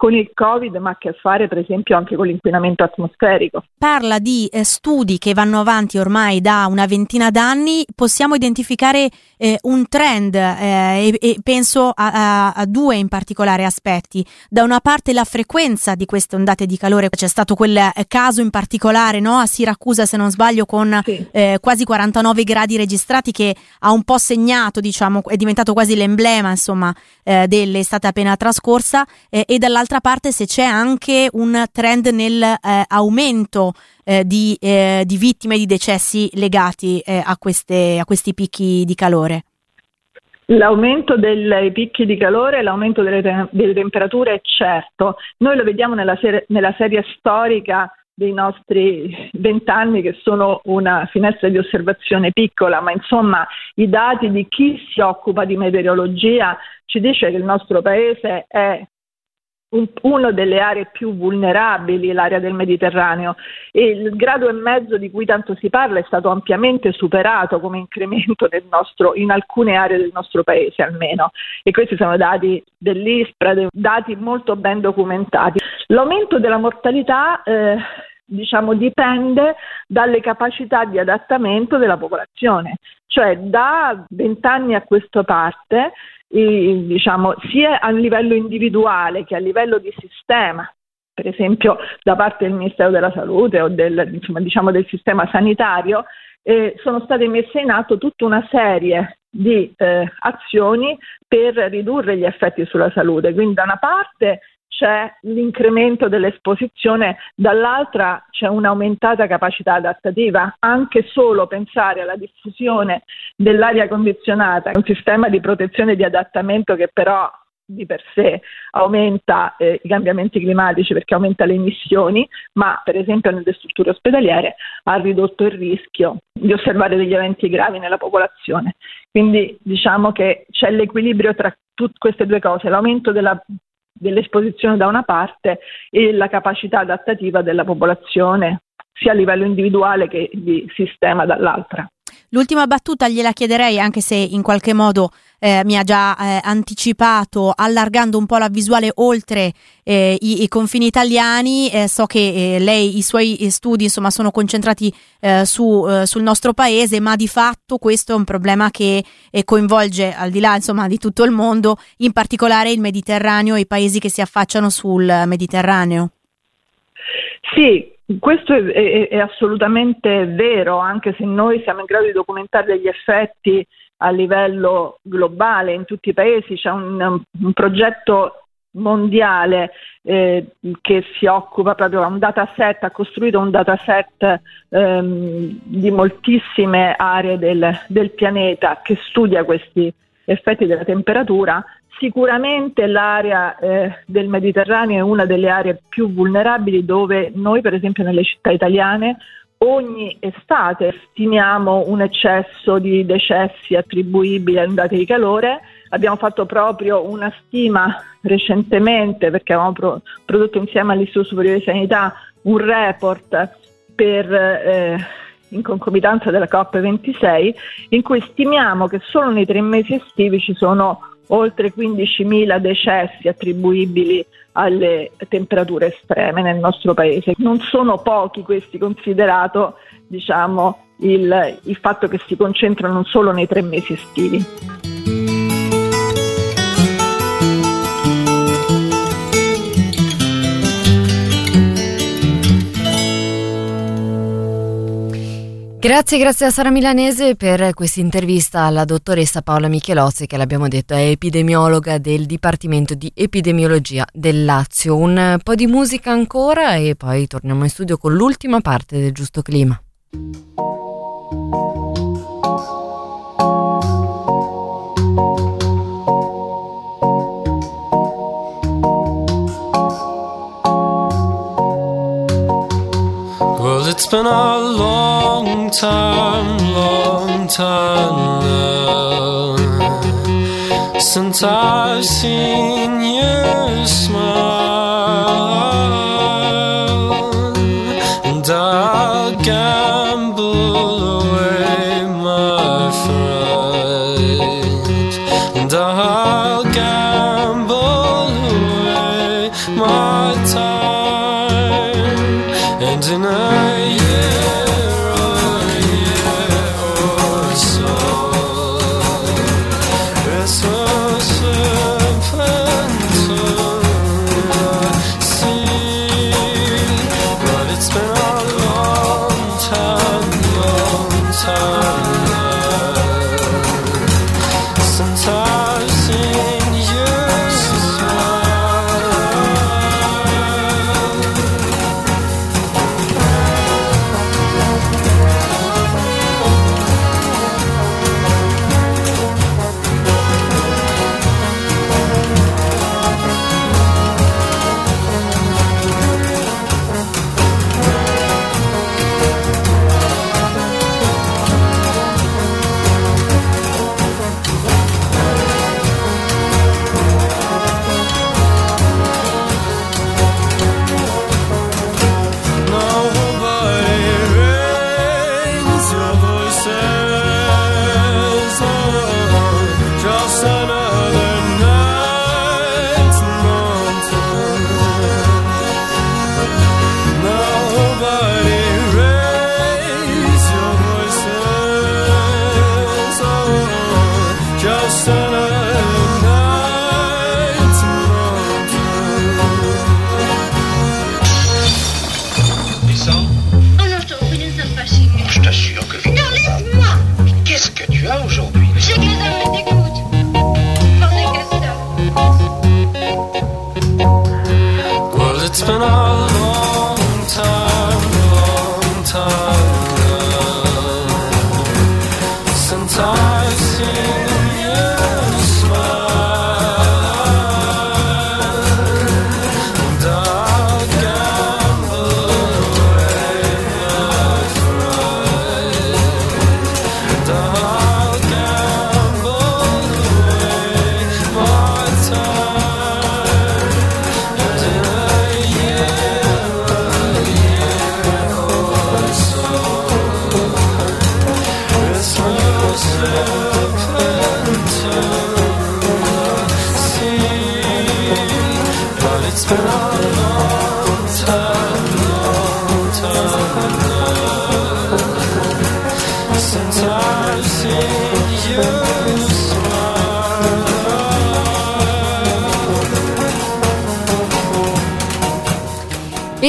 con il Covid, ma ha a che fare per esempio anche con l'inquinamento atmosferico. Parla di studi che vanno avanti ormai da una ventina d'anni. Possiamo identificare un trend e penso a due in particolare aspetti. Da una parte la frequenza di queste ondate di calore, c'è stato quel caso in particolare, no? A Siracusa, se non sbaglio, con quasi 49 gradi registrati, che ha un po' segnato, diciamo, è diventato quasi l'emblema, insomma, dell'estate appena trascorsa, e dall'altra parte se c'è anche un trend nel aumento di vittime, di decessi legati a questi picchi di calore. L'aumento dei picchi di calore, l'aumento delle temperature è certo. Noi lo vediamo nella serie storica dei nostri 20 anni, che sono una finestra di osservazione piccola, ma insomma i dati di chi si occupa di meteorologia ci dice che il nostro paese è una delle aree più vulnerabili, l'area del Mediterraneo, e il 1,5 gradi di cui tanto si parla è stato ampiamente superato come incremento in alcune aree del nostro paese almeno, e questi sono dati dell'ISPRA, dati molto ben documentati. L'aumento della mortalità dipende dalle capacità di adattamento della popolazione, cioè da 20 anni a questa parte, sia a livello individuale che a livello di sistema, per esempio da parte del Ministero della Salute o del sistema sanitario, sono state messe in atto tutta una serie di azioni per ridurre gli effetti sulla salute. Quindi da una parte c'è l'incremento dell'esposizione, dall'altra c'è un'aumentata capacità adattativa. Anche solo pensare alla diffusione dell'aria condizionata, un sistema di protezione e di adattamento che però di per sé aumenta i cambiamenti climatici, perché aumenta le emissioni, ma per esempio nelle strutture ospedaliere ha ridotto il rischio di osservare degli eventi gravi nella popolazione. Quindi diciamo che c'è l'equilibrio tra queste due cose, l'aumento dell'esposizione da una parte e la capacità adattativa della popolazione, sia a livello individuale che di sistema dall'altra. L'ultima battuta gliela chiederei, anche se in qualche modo mi ha già anticipato, allargando un po' la visuale oltre i confini italiani. So che lei, i suoi studi insomma sono concentrati sul nostro paese, ma di fatto questo è un problema che coinvolge, al di là insomma di tutto il mondo, in particolare il Mediterraneo e i paesi che si affacciano sul Mediterraneo. Sì, questo è assolutamente vero, anche se noi siamo in grado di documentare degli effetti a livello globale in tutti i paesi. C'è un progetto mondiale che si occupa proprio, ha costruito un dataset di moltissime aree del pianeta che studia questi effetti della temperatura. Sicuramente l'area del Mediterraneo è una delle aree più vulnerabili, dove noi per esempio nelle città italiane ogni estate stimiamo un eccesso di decessi attribuibili alle ondate di calore. Abbiamo fatto proprio una stima recentemente, perché avevamo prodotto insieme all'Istituto Superiore di Sanità un report in concomitanza della COP26, in cui stimiamo che solo nei 3 mesi estivi ci sono oltre 15.000 decessi attribuibili alle temperature estreme nel nostro paese. Non sono pochi questi, considerato il fatto che si concentrano solo nei 3 mesi estivi. Grazie a Sara Milanese per questa intervista alla dottoressa Paola Michelozzi, che l'abbiamo detto è epidemiologa del Dipartimento di Epidemiologia del Lazio. Un po' di musica ancora e poi torniamo in studio con l'ultima parte del Giusto Clima. Well, it's been a long time now since I've seen you smile, and I'll gamble away my friend, and I'll gamble away my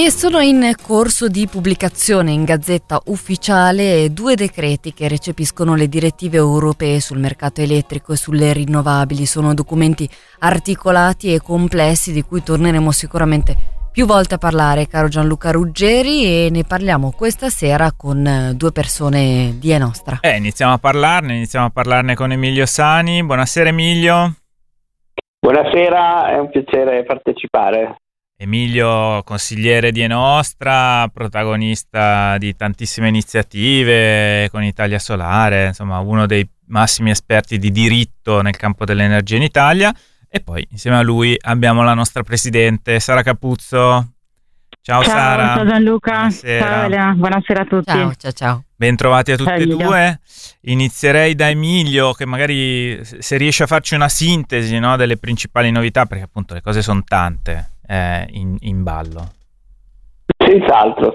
E sono in corso di pubblicazione in Gazzetta Ufficiale 2 decreti che recepiscono le direttive europee sul mercato elettrico e sulle rinnovabili. Sono documenti articolati e complessi di cui torneremo sicuramente più volte a parlare, caro Gianluca Ruggeri, e ne parliamo questa sera con 2 persone di Enostra. Iniziamo a parlarne con Emilio Sani. Buonasera Emilio. Buonasera, è un piacere partecipare. Emilio, consigliere di Enostra, protagonista di tantissime iniziative con Italia Solare, insomma uno dei massimi esperti di diritto nel campo dell'energia in Italia, e poi insieme a lui abbiamo la nostra presidente Sara Capuzzo. Ciao Sara. Ciao Gianluca. Buonasera. Ciao Elena, buonasera a tutti. Ciao. Bentrovati a tutti e Emilio. due. Inizierei da Emilio, che magari se riesce a farci una sintesi, no, delle principali novità, perché appunto le cose sono tante in ballo. Senz'altro.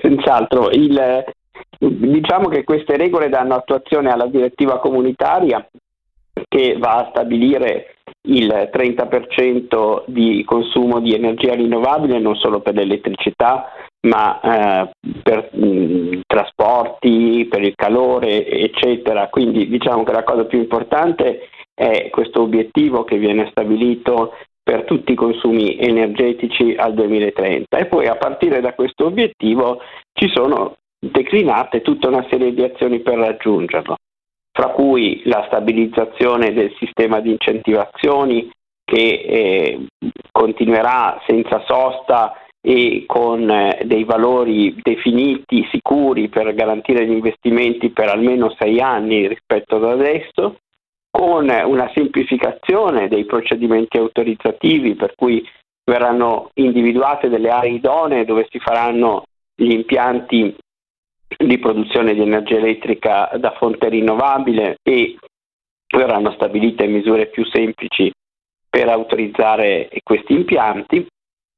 Diciamo che queste regole danno attuazione alla direttiva comunitaria che va a stabilire il 30% di consumo di energia rinnovabile non solo per l'elettricità, ma per trasporti, per il calore, eccetera. Quindi diciamo che la cosa più importante è questo obiettivo che viene stabilito per tutti i consumi energetici al 2030, e poi a partire da questo obiettivo ci sono declinate tutta una serie di azioni per raggiungerlo, fra cui la stabilizzazione del sistema di incentivazioni che continuerà senza sosta e con dei valori definiti, sicuri, per garantire gli investimenti per almeno 6 anni rispetto ad adesso, con una semplificazione dei procedimenti autorizzativi, per cui verranno individuate delle aree idonee dove si faranno gli impianti di produzione di energia elettrica da fonte rinnovabile, e verranno stabilite misure più semplici per autorizzare questi impianti.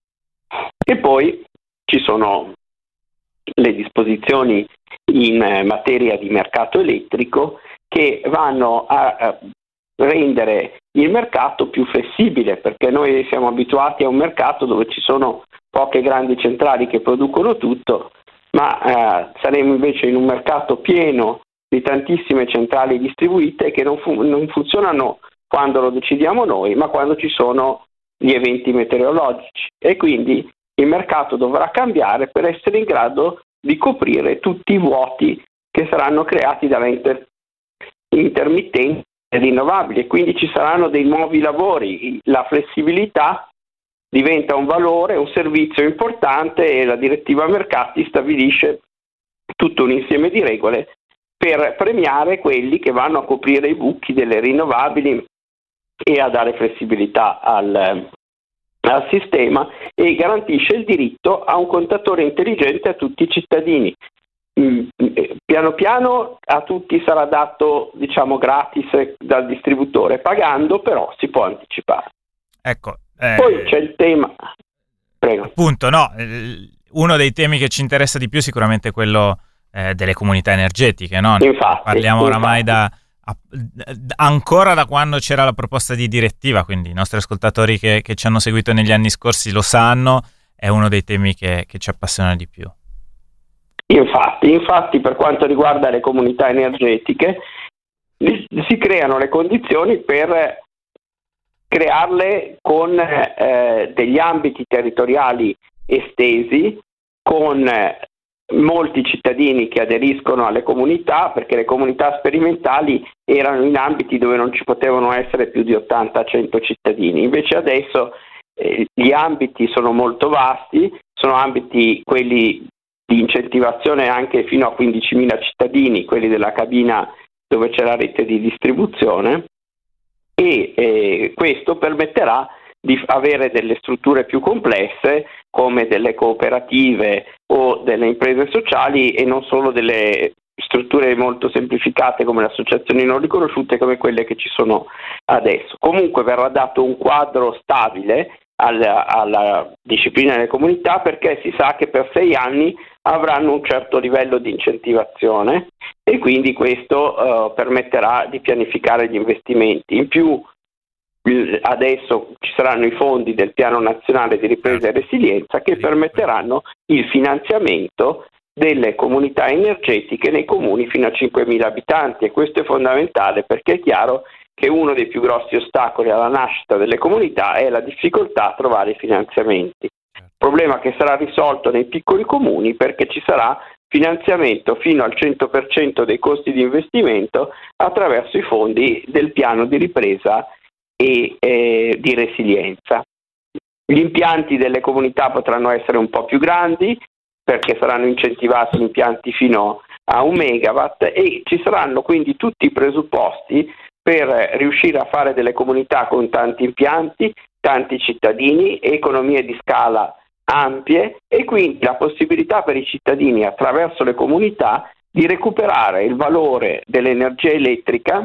E poi ci sono le disposizioni in materia di mercato elettrico che vanno a rendere il mercato più flessibile, perché noi siamo abituati a un mercato dove ci sono poche grandi centrali che producono tutto, ma saremo invece in un mercato pieno di tantissime centrali distribuite che non funzionano quando lo decidiamo noi, ma quando ci sono gli eventi meteorologici, e quindi il mercato dovrà cambiare per essere in grado di coprire tutti i vuoti che saranno creati dalle intermittenti rinnovabili, e quindi ci saranno dei nuovi lavori. La flessibilità diventa un valore, un servizio importante, e la direttiva mercati stabilisce tutto un insieme di regole per premiare quelli che vanno a coprire i buchi delle rinnovabili e a dare flessibilità al sistema, e garantisce il diritto a un contatore intelligente a tutti i cittadini. Piano piano a tutti sarà dato, diciamo, gratis dal distributore, pagando però si può anticipare. Ecco, poi c'è il tema, prego. Appunto, no, uno dei temi che ci interessa di più sicuramente è quello delle comunità energetiche, no? Infatti, parliamo oramai ancora da quando c'era la proposta di direttiva, quindi i nostri ascoltatori che ci hanno seguito negli anni scorsi lo sanno, è uno dei temi che ci appassiona di più. Infatti, per quanto riguarda le comunità energetiche, si creano le condizioni per crearle con degli ambiti territoriali estesi, con molti cittadini che aderiscono alle comunità, perché le comunità sperimentali erano in ambiti dove non ci potevano essere più di 80-100 cittadini. Invece adesso gli ambiti sono molto vasti, sono ambiti quelli di incentivazione anche fino a 15.000 cittadini, quelli della cabina dove c'è la rete di distribuzione, e questo permetterà di avere delle strutture più complesse come delle cooperative o delle imprese sociali, e non solo delle strutture molto semplificate come le associazioni non riconosciute come quelle che ci sono adesso. Comunque verrà dato un quadro stabile alla disciplina delle comunità, perché si sa che per 6 anni avranno un certo livello di incentivazione, e quindi questo permetterà di pianificare gli investimenti. In più adesso ci saranno i fondi del Piano Nazionale di Ripresa e Resilienza che permetteranno il finanziamento delle comunità energetiche nei comuni fino a 5.000 abitanti, e questo è fondamentale perché è chiaro che uno dei più grossi ostacoli alla nascita delle comunità è la difficoltà a trovare i finanziamenti. Problema che sarà risolto nei piccoli comuni perché ci sarà finanziamento fino al 100% dei costi di investimento attraverso i fondi del piano di ripresa e di resilienza. Gli impianti delle comunità potranno essere un po' più grandi perché saranno incentivati impianti fino a 1 megawatt e ci saranno quindi tutti i presupposti per riuscire a fare delle comunità con tanti impianti, tanti cittadini, economie di scala ampie e quindi la possibilità per i cittadini attraverso le comunità di recuperare il valore dell'energia elettrica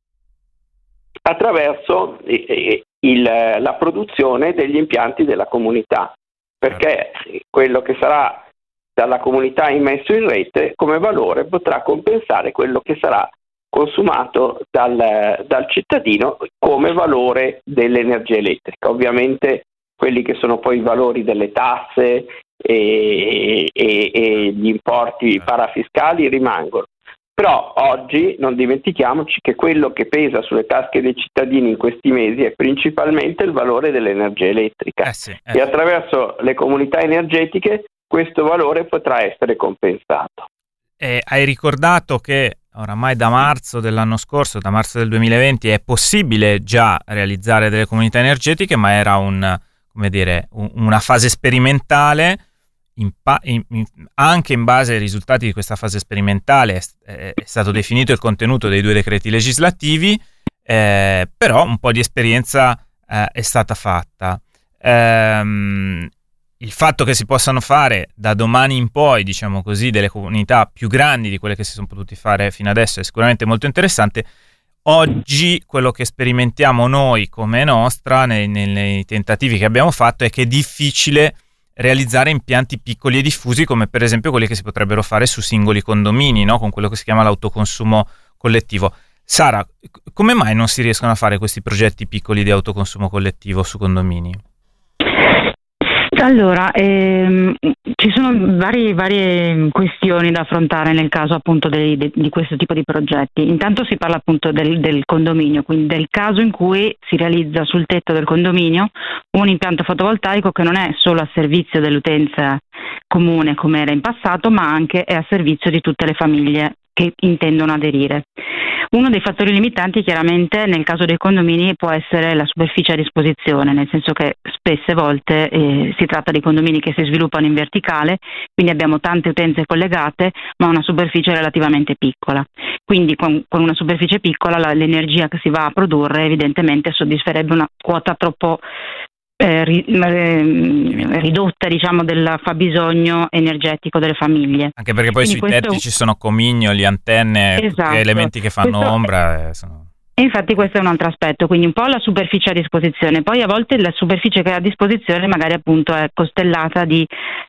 attraverso la produzione degli impianti della comunità, perché quello che sarà dalla comunità immesso in rete come valore potrà compensare quello che sarà consumato dal cittadino come valore dell'energia elettrica. Ovviamente quelli che sono poi i valori delle tasse e gli importi parafiscali rimangono. Però oggi non dimentichiamoci che quello che pesa sulle tasche dei cittadini in questi mesi è principalmente il valore dell'energia elettrica e attraverso le comunità energetiche questo valore potrà essere compensato. Hai ricordato che oramai da marzo dell'anno scorso, da marzo del 2020, è possibile già realizzare delle comunità energetiche, ma era una fase sperimentale. Anche in base ai risultati di questa fase sperimentale è stato definito il contenuto dei 2 decreti legislativi, però un po' di esperienza è stata fatta. Il fatto che si possano fare da domani in poi, diciamo così, delle comunità più grandi di quelle che si sono potuti fare fino adesso è sicuramente molto interessante. Oggi quello che sperimentiamo noi come nostra nei tentativi che abbiamo fatto è che è difficile realizzare impianti piccoli e diffusi come per esempio quelli che si potrebbero fare su singoli condomini, no? Con quello che si chiama l'autoconsumo collettivo. Sara, come mai non si riescono a fare questi progetti piccoli di autoconsumo collettivo su condomini? Allora, ci sono varie questioni da affrontare nel caso appunto di questo tipo di progetti. Intanto si parla appunto del condominio, quindi del caso in cui si realizza sul tetto del condominio un impianto fotovoltaico che non è solo a servizio dell'utenza comune come era in passato, ma anche è a servizio di tutte le famiglie che intendono aderire. Uno dei fattori limitanti chiaramente nel caso dei condomini può essere la superficie a disposizione, nel senso che spesse volte si tratta di condomini che si sviluppano in verticale, quindi abbiamo tante utenze collegate ma una superficie relativamente piccola. Quindi con una superficie piccola l'energia che si va a produrre evidentemente soddisferebbe una quota troppo ridotta, diciamo, del fabbisogno energetico delle famiglie. Anche perché poi quindi sui tetti ci sono comignoli, antenne, esatto, elementi che fanno ombra. E infatti questo è un altro aspetto, quindi un po' la superficie a disposizione, poi a volte la superficie che è a disposizione magari appunto è costellata di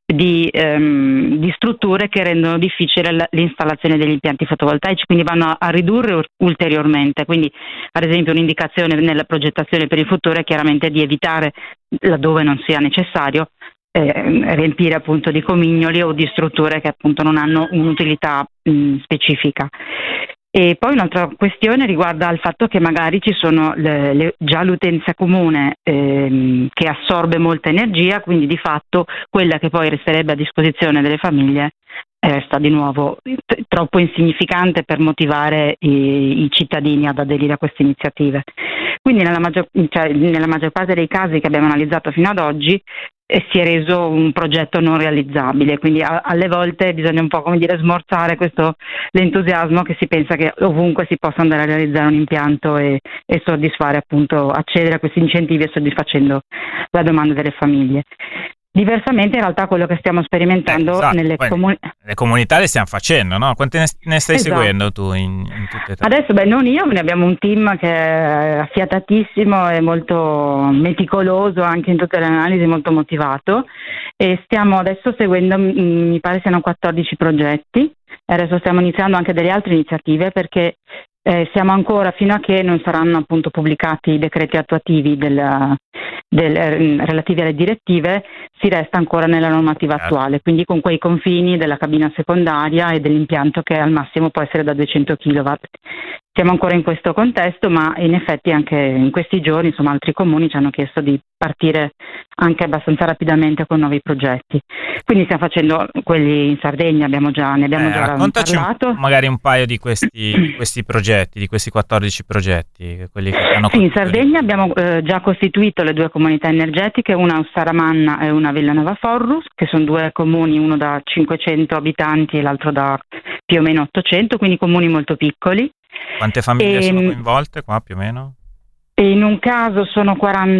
strutture che rendono difficile l'installazione degli impianti fotovoltaici, quindi vanno a ridurre ulteriormente. Quindi ad esempio un'indicazione nella progettazione per il futuro è chiaramente di evitare, laddove non sia necessario, riempire appunto di comignoli o di strutture che appunto non hanno un'utilità specifica. E poi un'altra questione riguarda il fatto che magari ci sono già l'utenza comune che assorbe molta energia, quindi di fatto quella che poi resterebbe a disposizione delle famiglie resta di nuovo troppo insignificante per motivare i cittadini ad aderire a queste iniziative. Quindi nella maggior parte dei casi che abbiamo analizzato fino ad oggi si è reso un progetto non realizzabile, quindi alle volte bisogna un po' smorzare l'entusiasmo che si pensa che ovunque si possa andare a realizzare un impianto e soddisfare appunto, accedere a questi incentivi e soddisfacendo la domanda delle famiglie. Diversamente in realtà quello che stiamo sperimentando esatto. nelle comunità... Le comunità le stiamo facendo, no? Quante ne stai seguendo tu in tutte e tre? Adesso non io, ne abbiamo un team che è affiatatissimo e molto meticoloso anche in tutte le analisi, molto motivato, e stiamo adesso seguendo, mi pare siano 14 progetti. Adesso stiamo iniziando anche delle altre iniziative perché siamo ancora, fino a che non saranno appunto pubblicati i decreti attuativi relativi alle direttive, si resta ancora nella normativa attuale, quindi con quei confini della cabina secondaria e dell'impianto che al massimo può essere da 200 kW. Siamo ancora in questo contesto, ma in effetti anche in questi giorni altri comuni ci hanno chiesto di partire anche abbastanza rapidamente con nuovi progetti. Quindi stiamo facendo quelli in Sardegna, ne abbiamo già raccontaci parlato. Magari un paio di questi progetti, di questi 14 progetti. Quelli che hanno in Sardegna abbiamo già costituito le 2 comunità energetiche, una a Ossaramanna e una a Villanova Forrus, che sono 2 comuni, uno da 500 abitanti e l'altro da più o meno 800, quindi comuni molto piccoli. Quante famiglie sono coinvolte qua più o meno? In un caso sono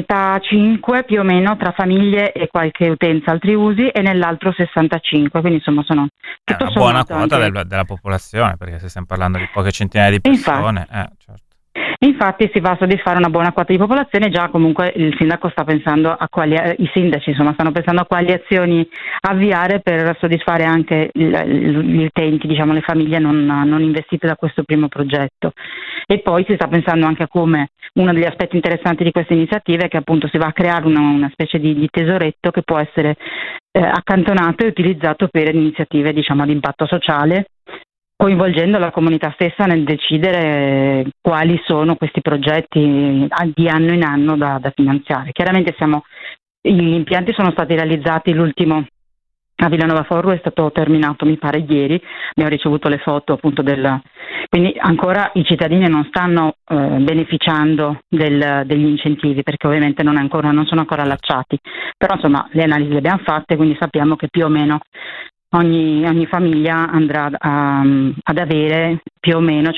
45 più o meno tra famiglie e qualche utenza altri usi, e nell'altro 65, quindi insomma sono tutto una buona quota anche della popolazione, perché se stiamo parlando di poche centinaia di persone, certo. Infatti si va a soddisfare una buona quota di popolazione. Già comunque il sindaco sta pensando i sindaci stanno pensando a quali azioni avviare per soddisfare anche gli utenti, le famiglie non investite da questo primo progetto. E poi si sta pensando anche a come uno degli aspetti interessanti di queste iniziative è che appunto si va a creare una specie di tesoretto che può essere accantonato e utilizzato per iniziative di impatto sociale, coinvolgendo la comunità stessa nel decidere quali sono questi progetti di anno in anno da finanziare. Chiaramente gli impianti sono stati realizzati, l'ultimo a Villanova Forru è stato terminato mi pare ieri, abbiamo ricevuto le foto appunto quindi ancora i cittadini non stanno beneficiando degli incentivi, perché ovviamente non sono ancora allacciati, però le analisi le abbiamo fatte, quindi sappiamo che più o meno ogni famiglia andrà ad avere più o meno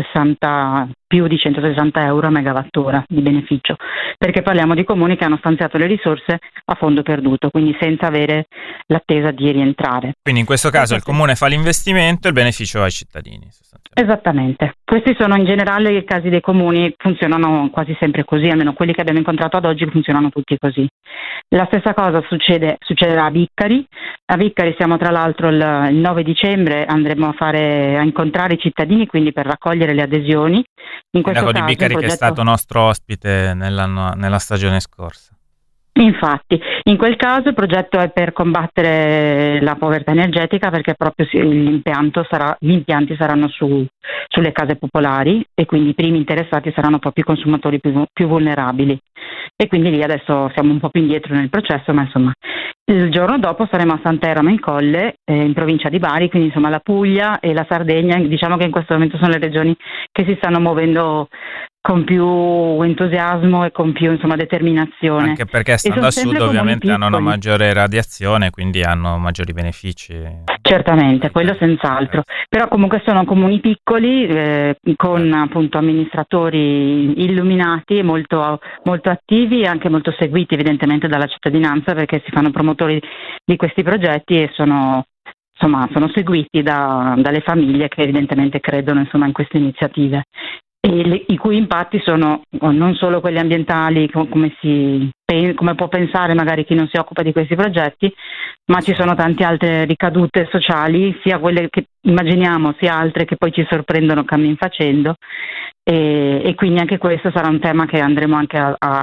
più di 160 euro a megawattora di beneficio, perché parliamo di comuni che hanno stanziato le risorse a fondo perduto, quindi senza avere l'attesa di rientrare. Quindi in questo caso il comune fa l'investimento e il beneficio ai cittadini. Esattamente, questi sono in generale i casi dei comuni, funzionano quasi sempre così, almeno quelli che abbiamo incontrato ad oggi funzionano tutti così. La stessa cosa succederà a Vicari. A Vicari siamo tra l'altro il 9 dicembre, andremo a incontrare i cittadini, quindi per raccogliere le adesioni. In questo caso, di Vicari che è stato nostro ospite nella stagione scorsa. Infatti, in quel caso il progetto è per combattere la povertà energetica, perché proprio gli impianti saranno sulle case popolari, e quindi i primi interessati saranno proprio i consumatori più vulnerabili. E quindi lì adesso siamo un po' più indietro nel processo, ma il giorno dopo saremo a Sant'Eramo in Colle, in provincia di Bari, quindi la Puglia e la Sardegna, diciamo che in questo momento sono le regioni che si stanno muovendo con più entusiasmo e con più determinazione. Anche perché stando a sud ovviamente hanno una maggiore radiazione, quindi hanno maggiori benefici. Certamente, quello senz'altro. Però comunque sono comuni piccoli, con appunto amministratori illuminati e molto, molto attivi e anche molto seguiti evidentemente dalla cittadinanza, perché si fanno promotori di questi progetti e sono seguiti dalle famiglie che evidentemente credono in queste iniziative, e i cui impatti sono non solo quelli ambientali, come può pensare magari chi non si occupa di questi progetti, ma ci sono tante altre ricadute sociali, sia quelle che immaginiamo sia altre che poi ci sorprendono cammin facendo, e quindi anche questo sarà un tema che andremo anche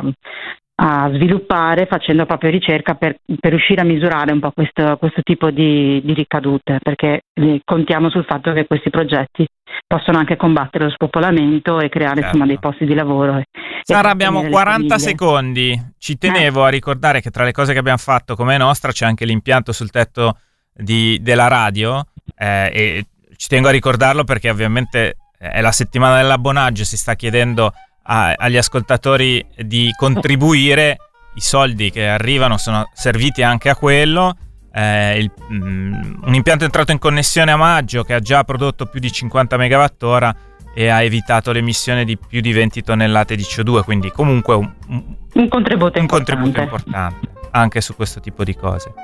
a sviluppare, facendo proprio ricerca per riuscire a misurare un po' questo tipo di ricadute, perché contiamo sul fatto che questi progetti possono anche combattere lo spopolamento e creare dei posti di lavoro. Sara, abbiamo 40 secondi. Ci tenevo a ricordare che tra le cose che abbiamo fatto come nostra c'è anche l'impianto sul tetto della radio, e ci tengo a ricordarlo perché ovviamente è la settimana dell'abbonaggio, si sta chiedendo agli ascoltatori di contribuire. I soldi che arrivano sono serviti anche a quello. Un impianto è entrato in connessione a maggio che ha già prodotto più di 50 megawattora e ha evitato l'emissione di più di 20 tonnellate di CO2, quindi comunque un contributo importante anche su questo tipo di cose.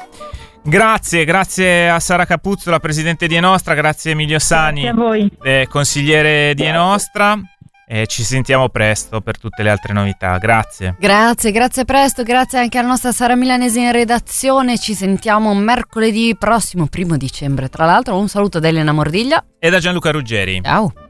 Grazie a Sara Capuzzola, presidente di Enostra, grazie Emilio Sani, grazie a voi. Consigliere di Enostra. E ci sentiamo presto per tutte le altre novità. Grazie presto, grazie anche alla nostra Sara Milanesi in redazione. Ci sentiamo mercoledì prossimo, 1 dicembre. Tra l'altro un saluto da Elena Mordiglia e da Gianluca Ruggeri. Ciao.